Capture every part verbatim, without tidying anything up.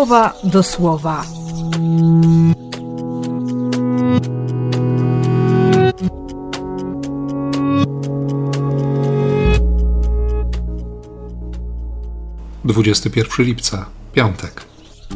słowa do słowa. dwudziestego pierwszego lipca, piątek.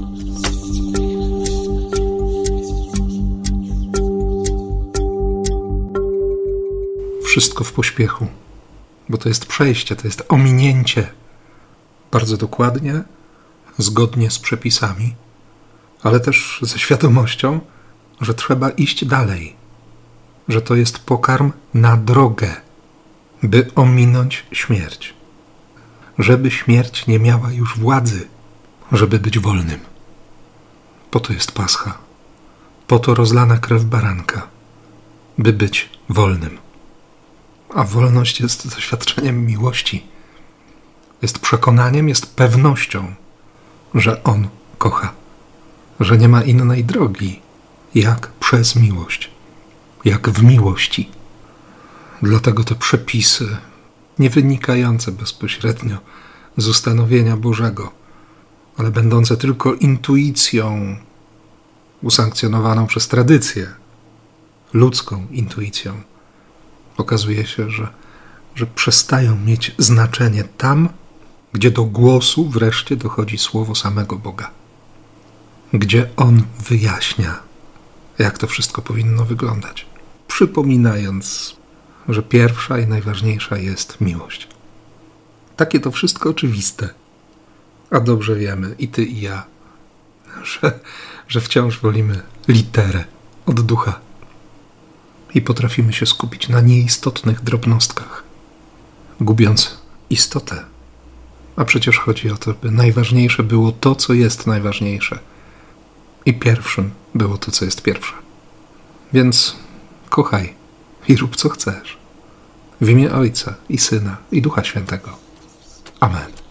Wszystko w pośpiechu, bo to jest przejście, to jest ominięcie. Bardzo dokładnie, zgodnie z przepisami, ale też ze świadomością, że trzeba iść dalej, że to jest pokarm na drogę, by ominąć śmierć, żeby śmierć nie miała już władzy, żeby być wolnym. Po to jest Pascha, po to rozlana krew baranka, by być wolnym. A wolność jest doświadczeniem miłości, jest przekonaniem, jest pewnością, że On kocha, że nie ma innej drogi, jak przez miłość, jak w miłości. Dlatego te przepisy, nie wynikające bezpośrednio z ustanowienia Bożego, ale będące tylko intuicją usankcjonowaną przez tradycję, ludzką intuicją, okazuje się, że, że przestają mieć znaczenie tam, gdzie do głosu wreszcie dochodzi słowo samego Boga, gdzie On wyjaśnia, jak to wszystko powinno wyglądać, przypominając, że pierwsza i najważniejsza jest miłość. Takie to wszystko oczywiste, a dobrze wiemy, i ty, i ja, że, że wciąż wolimy literę od ducha i potrafimy się skupić na nieistotnych drobnostkach, gubiąc istotę. A przecież chodzi o to, by najważniejsze było to, co jest najważniejsze i pierwszym było to, co jest pierwsze. Więc kochaj i rób, co chcesz. W imię Ojca i Syna i Ducha Świętego. Amen.